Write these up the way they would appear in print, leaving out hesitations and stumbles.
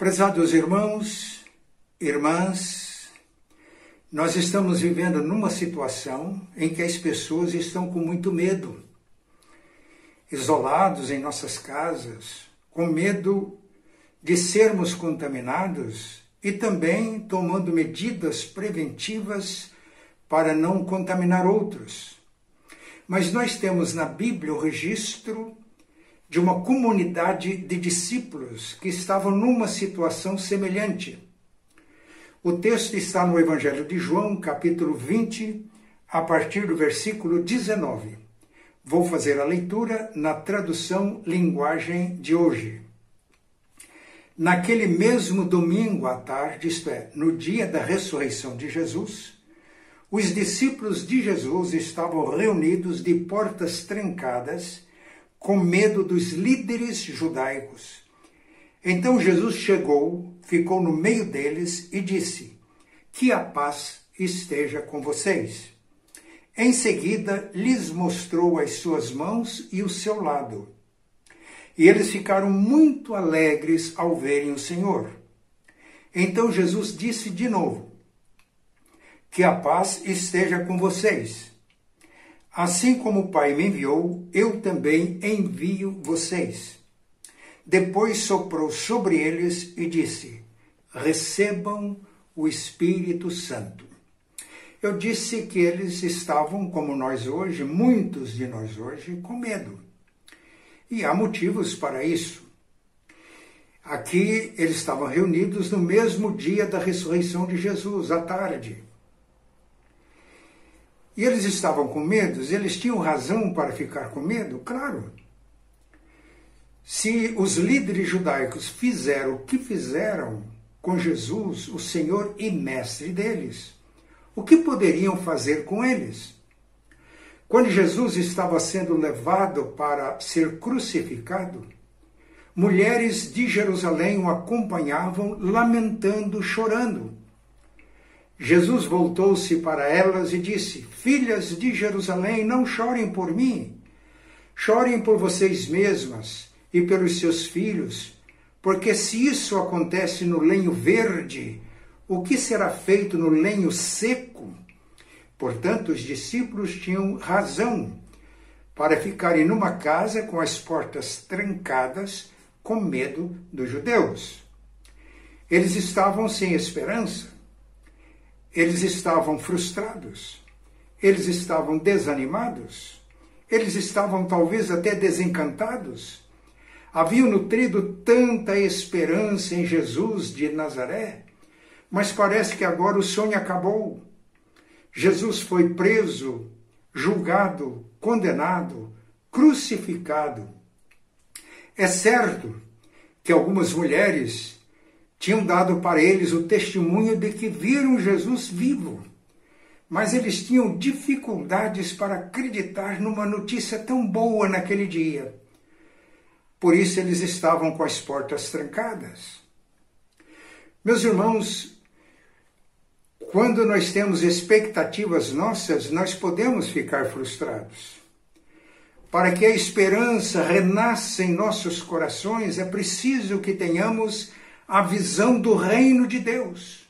Prezados irmãos, irmãs, nós estamos vivendo numa situação em que as pessoas estão com muito medo, isolados em nossas casas, com medo de sermos contaminados e também tomando medidas preventivas para não contaminar outros. Mas nós temos na Bíblia o registro de uma comunidade de discípulos que estavam numa situação semelhante. O texto está no Evangelho de João, capítulo 20, a partir do versículo 19. Vou fazer a leitura na tradução linguagem de hoje. Naquele mesmo domingo à tarde, isto é, no dia da ressurreição de Jesus, os discípulos de Jesus estavam reunidos de portas trancadas, com medo dos líderes judaicos. Então Jesus chegou, ficou no meio deles e disse: "Que a paz esteja com vocês." Em seguida, lhes mostrou as suas mãos e o seu lado. E eles ficaram muito alegres ao verem o Senhor. Então Jesus disse de novo: "Que a paz esteja com vocês. Assim como o Pai me enviou, eu também envio vocês." Depois soprou sobre eles e disse: "Recebam o Espírito Santo." Eu disse que eles estavam, como nós hoje, muitos de nós hoje, com medo. E há motivos para isso. Aqui eles estavam reunidos no mesmo dia da ressurreição de Jesus, à tarde. E eles estavam com medo, eles tinham razão para ficar com medo? Claro. Se os líderes judaicos fizeram o que fizeram com Jesus, o Senhor e Mestre deles, o que poderiam fazer com eles? Quando Jesus estava sendo levado para ser crucificado, mulheres de Jerusalém o acompanhavam, lamentando, chorando. Jesus voltou-se para elas e disse: "Filhas de Jerusalém, não chorem por mim. Chorem por vocês mesmas e pelos seus filhos, porque se isso acontece no lenho verde, o que será feito no lenho seco?" Portanto, os discípulos tinham razão para ficarem numa casa com as portas trancadas, com medo dos judeus. Eles estavam sem esperança. Eles estavam frustrados, eles estavam desanimados, eles estavam talvez até desencantados. Haviam nutrido tanta esperança em Jesus de Nazaré, mas parece que agora o sonho acabou. Jesus foi preso, julgado, condenado, crucificado. É certo que algumas mulheres tinham dado para eles o testemunho de que viram Jesus vivo, mas eles tinham dificuldades para acreditar numa notícia tão boa naquele dia. Por isso eles estavam com as portas trancadas. Meus irmãos, quando nós temos expectativas nossas, nós podemos ficar frustrados. Para que a esperança renasça em nossos corações, é preciso que tenhamos a visão do reino de Deus.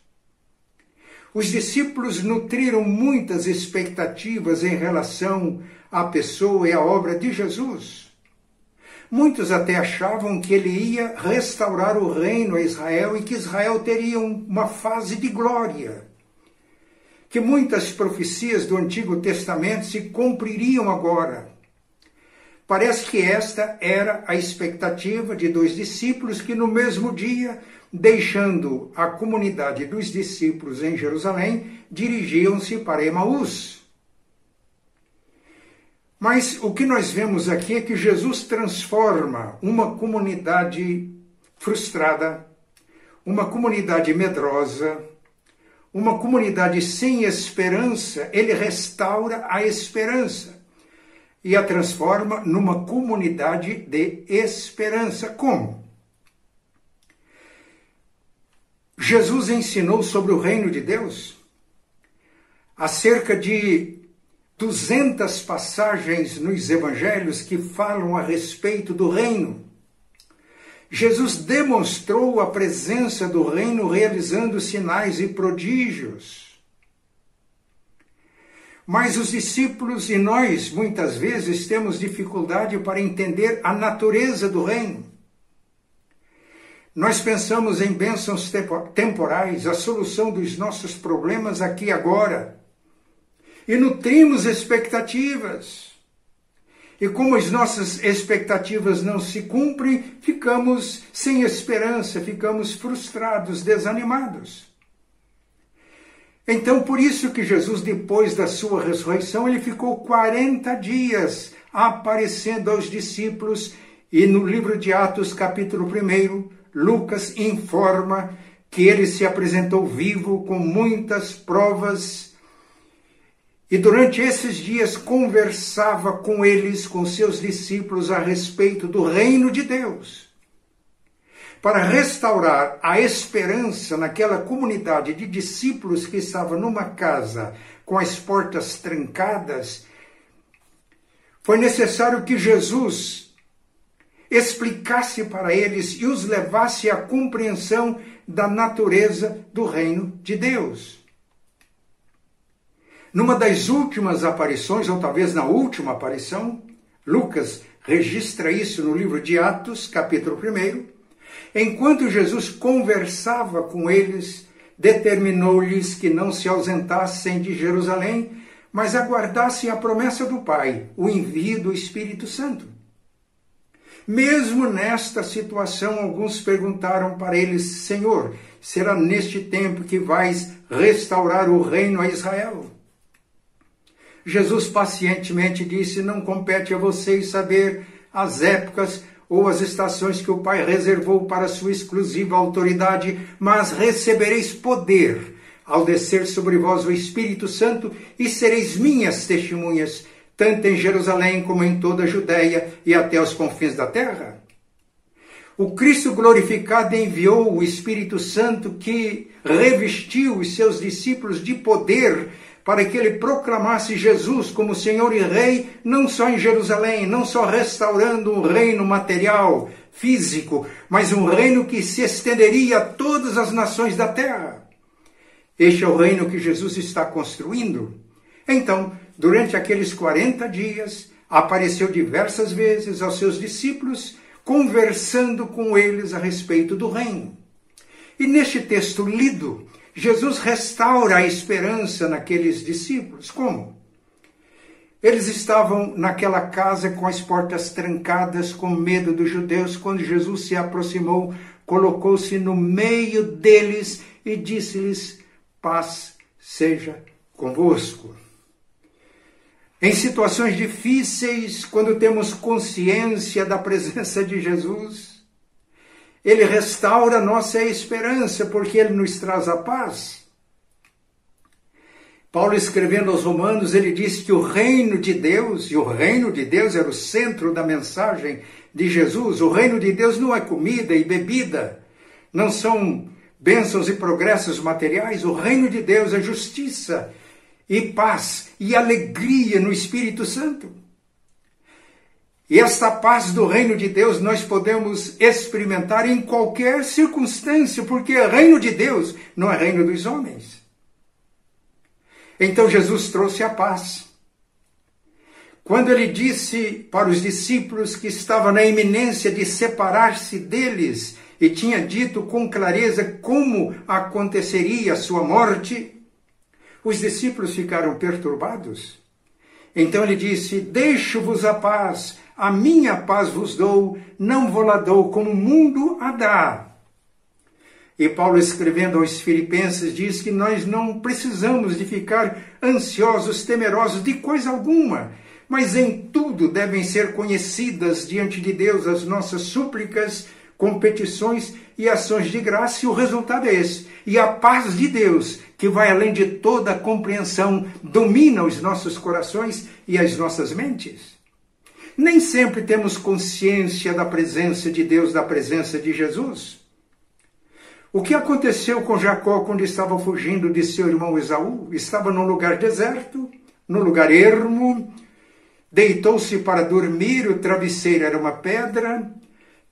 Os discípulos nutriram muitas expectativas em relação à pessoa e à obra de Jesus. Muitos até achavam que ele ia restaurar o reino a Israel e que Israel teria uma fase de glória, que muitas profecias do Antigo Testamento se cumpririam agora. Parece que esta era a expectativa de dois discípulos que no mesmo dia, deixando a comunidade dos discípulos em Jerusalém, dirigiam-se para Emaús. Mas o que nós vemos aqui é que Jesus transforma uma comunidade frustrada, uma comunidade medrosa, uma comunidade sem esperança, ele restaura a esperança e a transforma numa comunidade de esperança. Como? Jesus ensinou sobre o reino de Deus. Há cerca de 200 passagens nos evangelhos que falam a respeito do reino. Jesus demonstrou a presença do reino realizando sinais e prodígios. Mas os discípulos e nós, muitas vezes, temos dificuldade para entender a natureza do reino. Nós pensamos em bênçãos temporais, a solução dos nossos problemas aqui e agora. E nutrimos expectativas. E como as nossas expectativas não se cumprem, ficamos sem esperança, ficamos frustrados, desanimados. Então, por isso que Jesus, depois da sua ressurreição, ele ficou 40 dias aparecendo aos discípulos. E no livro de Atos, capítulo 1, Lucas informa que ele se apresentou vivo com muitas provas. E durante esses dias conversava com eles, com seus discípulos, a respeito do reino de Deus. Para restaurar a esperança naquela comunidade de discípulos que estava numa casa com as portas trancadas, foi necessário que Jesus explicasse para eles e os levasse à compreensão da natureza do reino de Deus. Numa das últimas aparições, ou talvez na última aparição, Lucas registra isso no livro de Atos, capítulo 1, enquanto Jesus conversava com eles, determinou-lhes que não se ausentassem de Jerusalém, mas aguardassem a promessa do Pai, o envio do Espírito Santo. Mesmo nesta situação, alguns perguntaram para eles: Senhor, será neste tempo que vais restaurar o reino a Israel? Jesus pacientemente disse: não compete a vocês saber as épocas ou as estações que o Pai reservou para sua exclusiva autoridade, mas recebereis poder ao descer sobre vós o Espírito Santo e sereis minhas testemunhas, tanto em Jerusalém como em toda a Judéia e até os confins da terra. O Cristo glorificado enviou o Espírito Santo que revestiu os seus discípulos de poder para que ele proclamasse Jesus como Senhor e Rei, não só em Jerusalém, não só restaurando um reino material, físico, mas um reino que se estenderia a todas as nações da terra. Este é o reino que Jesus está construindo. Então, durante aqueles 40 dias, apareceu diversas vezes aos seus discípulos, conversando com eles a respeito do reino. E neste texto lido, Jesus restaura a esperança naqueles discípulos. Como? Eles estavam naquela casa com as portas trancadas, com medo dos judeus. Quando Jesus se aproximou, colocou-se no meio deles e disse-lhes: paz seja convosco. Em situações difíceis, quando temos consciência da presença de Jesus, ele restaura nossa esperança, porque ele nos traz a paz. Paulo, escrevendo aos Romanos, ele diz que o reino de Deus, e o reino de Deus era o centro da mensagem de Jesus, o reino de Deus não é comida e bebida, não são bênçãos e progressos materiais, o reino de Deus é justiça e paz e alegria no Espírito Santo. E esta paz do reino de Deus nós podemos experimentar em qualquer circunstância, porque o reino de Deus não é reino dos homens. Então Jesus trouxe a paz. Quando ele disse para os discípulos que estava na iminência de separar-se deles, e tinha dito com clareza como aconteceria a sua morte, os discípulos ficaram perturbados. Então ele disse: deixo-vos a paz, a minha paz vos dou, não vou lá dou como o mundo a dá. E Paulo, escrevendo aos Filipenses, diz que nós não precisamos de ficar ansiosos, temerosos de coisa alguma, mas em tudo devem ser conhecidas diante de Deus as nossas súplicas, competições e ações de graça, e o resultado é esse. E a paz de Deus, que vai além de toda a compreensão, domina os nossos corações e as nossas mentes. Nem sempre temos consciência da presença de Deus, da presença de Jesus. O que aconteceu com Jacó quando estava fugindo de seu irmão Esaú? Estava num lugar deserto, num lugar ermo, deitou-se para dormir, o travesseiro era uma pedra,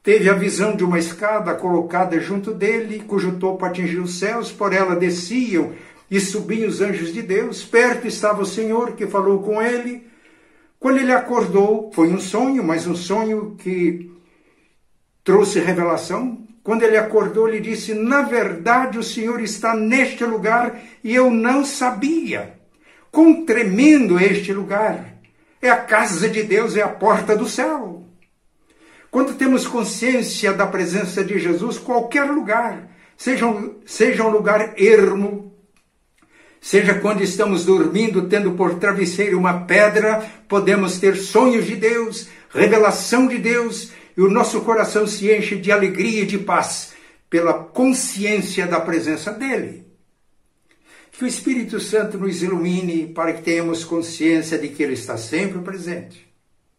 Teve a visão de uma escada colocada junto dele, cujo topo atingia os céus, por ela desciam e subiam os anjos de Deus. Perto estava o Senhor, que falou com ele. Quando ele acordou, foi um sonho, mas um sonho que trouxe revelação. Quando ele acordou, ele disse: na verdade, o Senhor está neste lugar e eu não sabia. Quão tremendo é este lugar! É a casa de Deus, é a porta do céu. Quando temos consciência da presença de Jesus, qualquer lugar, seja um lugar ermo, seja quando estamos dormindo, tendo por travesseiro uma pedra, podemos ter sonhos de Deus, revelação de Deus, e o nosso coração se enche de alegria e de paz pela consciência da presença dele. Que o Espírito Santo nos ilumine para que tenhamos consciência de que ele está sempre presente.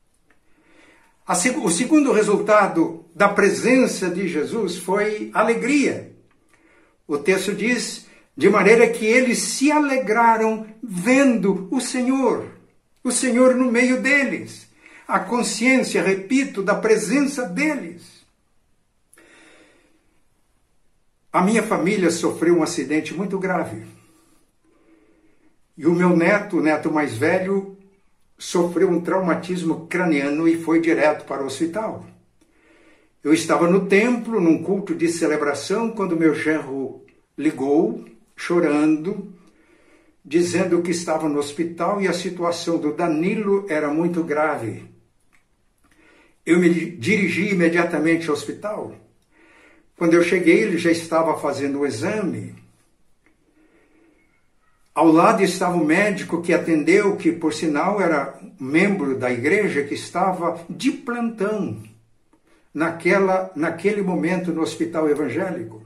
O segundo resultado da presença de Jesus foi alegria. O texto diz: de maneira que eles se alegraram vendo o Senhor no meio deles. A consciência, repito, da presença deles. A minha família sofreu um acidente muito grave. E o meu neto, o neto mais velho, sofreu um traumatismo craniano e foi direto para o hospital. Eu estava no templo, num culto de celebração, quando meu genro ligou, chorando, dizendo que estava no hospital e a situação do Danilo era muito grave. Eu me dirigi imediatamente ao hospital. Quando eu cheguei, ele já estava fazendo o exame. Ao lado estava o médico que atendeu, que por sinal era membro da igreja, que estava de plantão naquele momento no hospital evangélico.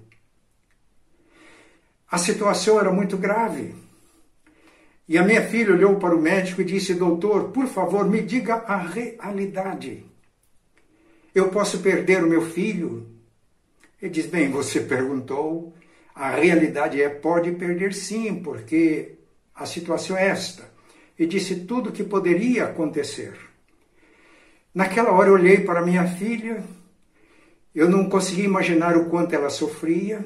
A situação era muito grave. E a minha filha olhou para o médico e disse: doutor, por favor, me diga a realidade. Eu posso perder o meu filho? Ele diz: bem, você perguntou. A realidade é: pode perder sim, porque a situação é esta. E disse tudo o que poderia acontecer. Naquela hora eu olhei para minha filha, eu não consegui imaginar o quanto ela sofria,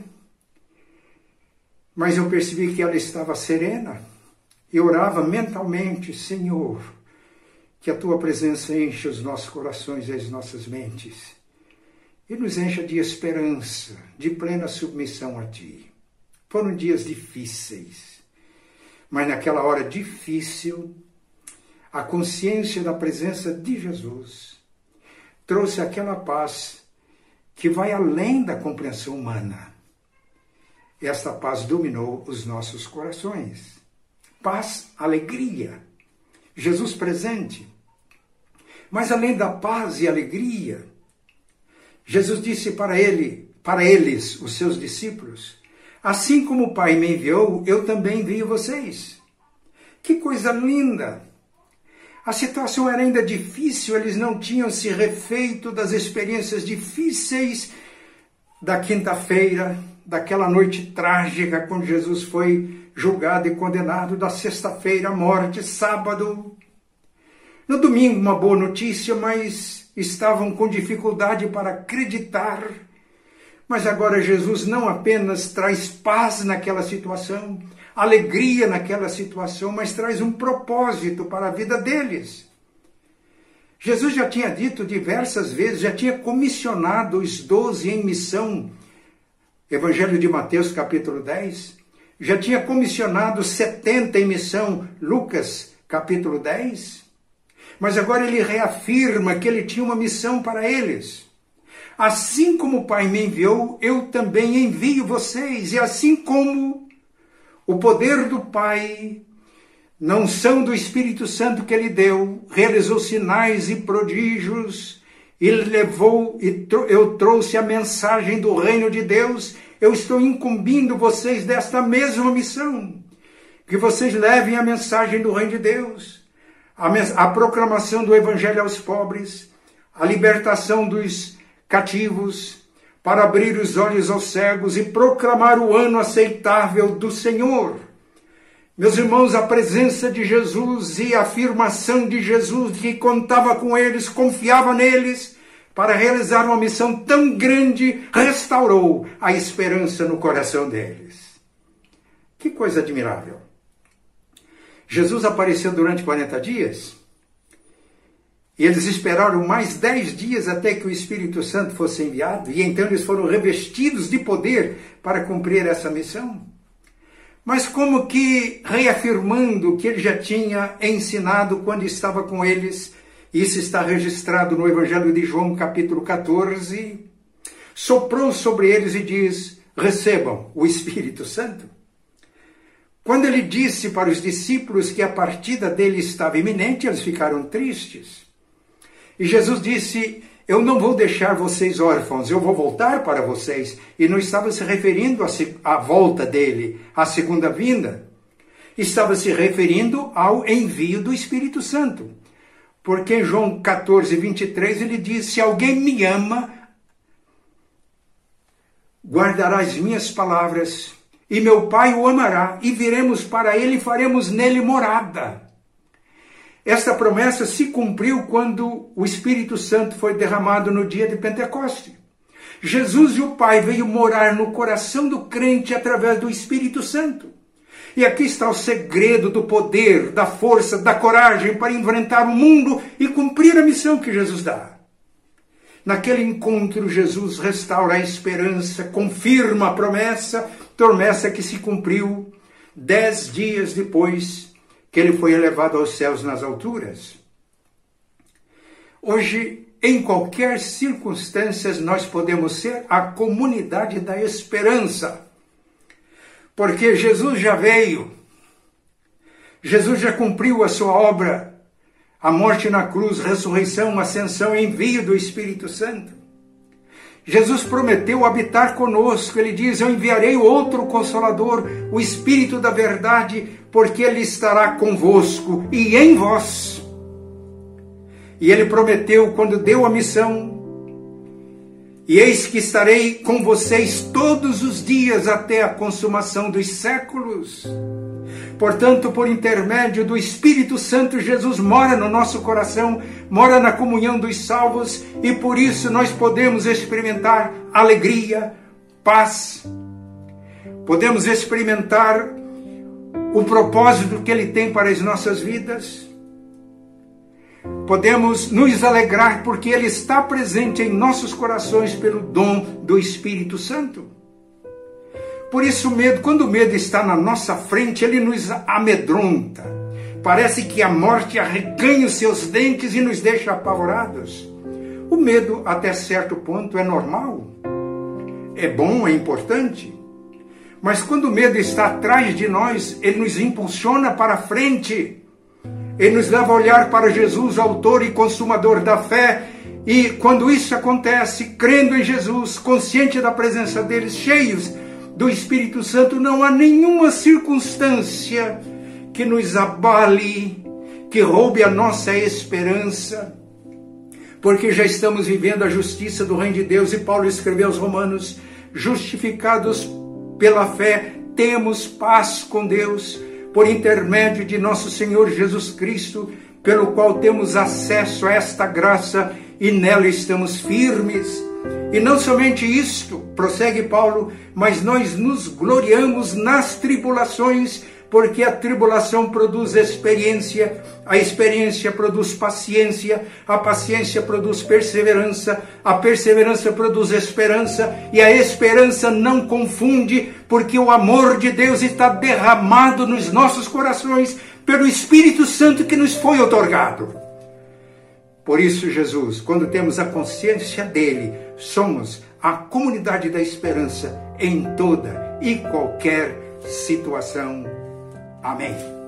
mas eu percebi que ela estava serena e orava mentalmente: Senhor, que a Tua presença enche os nossos corações e as nossas mentes e nos encha de esperança, de plena submissão a Ti. Foram dias difíceis, mas naquela hora difícil, a consciência da presença de Jesus trouxe aquela paz que vai além da compreensão humana. Esta paz dominou os nossos corações. Paz, alegria, Jesus presente. Mas além da paz e alegria, Jesus disse para eles, os seus discípulos: assim como o Pai me enviou, eu também envio vocês. Que coisa linda! A situação era ainda difícil, eles não tinham se refeito das experiências difíceis da quinta-feira, daquela noite trágica quando Jesus foi julgado e condenado, da sexta-feira, morte, sábado. No domingo, uma boa notícia, mas estavam com dificuldade para acreditar. Mas agora Jesus não apenas traz paz naquela situação, alegria naquela situação, mas traz um propósito para a vida deles. Jesus já tinha dito diversas vezes, já tinha comissionado os 12 em missão, Evangelho de Mateus, capítulo 10, já tinha comissionado 70 em missão, Lucas, capítulo 10, mas agora ele reafirma que ele tinha uma missão para eles. Assim como o Pai me enviou, eu também envio vocês, e assim como o poder do Pai, na unção do Espírito Santo que ele deu, realizou sinais e prodígios, eu trouxe a mensagem do reino de Deus, eu estou incumbindo vocês desta mesma missão, que vocês levem a mensagem do reino de Deus, a proclamação do evangelho aos pobres, a libertação dos cativos, para abrir os olhos aos cegos e proclamar o ano aceitável do Senhor. Meus irmãos, a presença de Jesus e a afirmação de Jesus que contava com eles, confiava neles, para realizar uma missão tão grande, restaurou a esperança no coração deles. Que coisa admirável! Jesus apareceu durante 40 dias. E eles esperaram mais 10 dias até que o Espírito Santo fosse enviado. E então eles foram revestidos de poder para cumprir essa missão. Mas como que reafirmando o que ele já tinha ensinado quando estava com eles, isso está registrado no Evangelho de João, capítulo 14, soprou sobre eles e diz: recebam o Espírito Santo. Quando ele disse para os discípulos que a partida dele estava iminente, eles ficaram tristes. E Jesus disse: eu não vou deixar vocês órfãos, eu vou voltar para vocês. E não estava se referindo à volta dele, à segunda vinda. Estava se referindo ao envio do Espírito Santo. Porque em João 14, 23, ele diz: se alguém me ama, guardará as minhas palavras, e meu Pai o amará, e viremos para ele e faremos nele morada. Esta promessa se cumpriu quando o Espírito Santo foi derramado no dia de Pentecoste. Jesus e o Pai veio morar no coração do crente através do Espírito Santo. E aqui está o segredo do poder, da força, da coragem para enfrentar o mundo e cumprir a missão que Jesus dá. Naquele encontro, Jesus restaura a esperança, confirma a promessa que se cumpriu 10 dias depois que ele foi elevado aos céus nas alturas. Hoje, em qualquer circunstância, nós podemos ser a comunidade da esperança. Porque Jesus já veio. Jesus já cumpriu a sua obra. A morte na cruz, ressurreição, ascensão e envio do Espírito Santo. Jesus prometeu habitar conosco. Ele diz: eu enviarei outro Consolador, o Espírito da verdade, porque ele estará convosco e em vós. E ele prometeu quando deu a missão: e eis que estarei com vocês todos os dias até a consumação dos séculos. Portanto, por intermédio do Espírito Santo, Jesus mora no nosso coração, mora na comunhão dos salvos, e por isso nós podemos experimentar alegria, paz. Podemos experimentar o propósito que Ele tem para as nossas vidas. Podemos nos alegrar porque Ele está presente em nossos corações pelo dom do Espírito Santo. Por isso o medo, quando o medo está na nossa frente, ele nos amedronta. Parece que a morte arreganha os seus dentes e nos deixa apavorados. O medo, até certo ponto, é normal. É bom, é importante. Mas quando o medo está atrás de nós, ele nos impulsiona para frente. Ele nos leva a olhar para Jesus, autor e consumador da fé. E quando isso acontece, crendo em Jesus, consciente da presença dele, cheios do Espírito Santo, não há nenhuma circunstância que nos abale, que roube a nossa esperança, porque já estamos vivendo a justiça do Reino de Deus. E Paulo escreveu aos Romanos: justificados pela fé, temos paz com Deus, por intermédio de nosso Senhor Jesus Cristo, pelo qual temos acesso a esta graça e nela estamos firmes. E não somente isto, prossegue Paulo, mas nós nos gloriamos nas tribulações, porque a tribulação produz experiência, a experiência produz paciência, a paciência produz perseverança, a perseverança produz esperança, e a esperança não confunde, porque o amor de Deus está derramado nos nossos corações pelo Espírito Santo que nos foi outorgado. Por isso, Jesus, quando temos a consciência dele, somos a comunidade da esperança em toda e qualquer situação. Amém.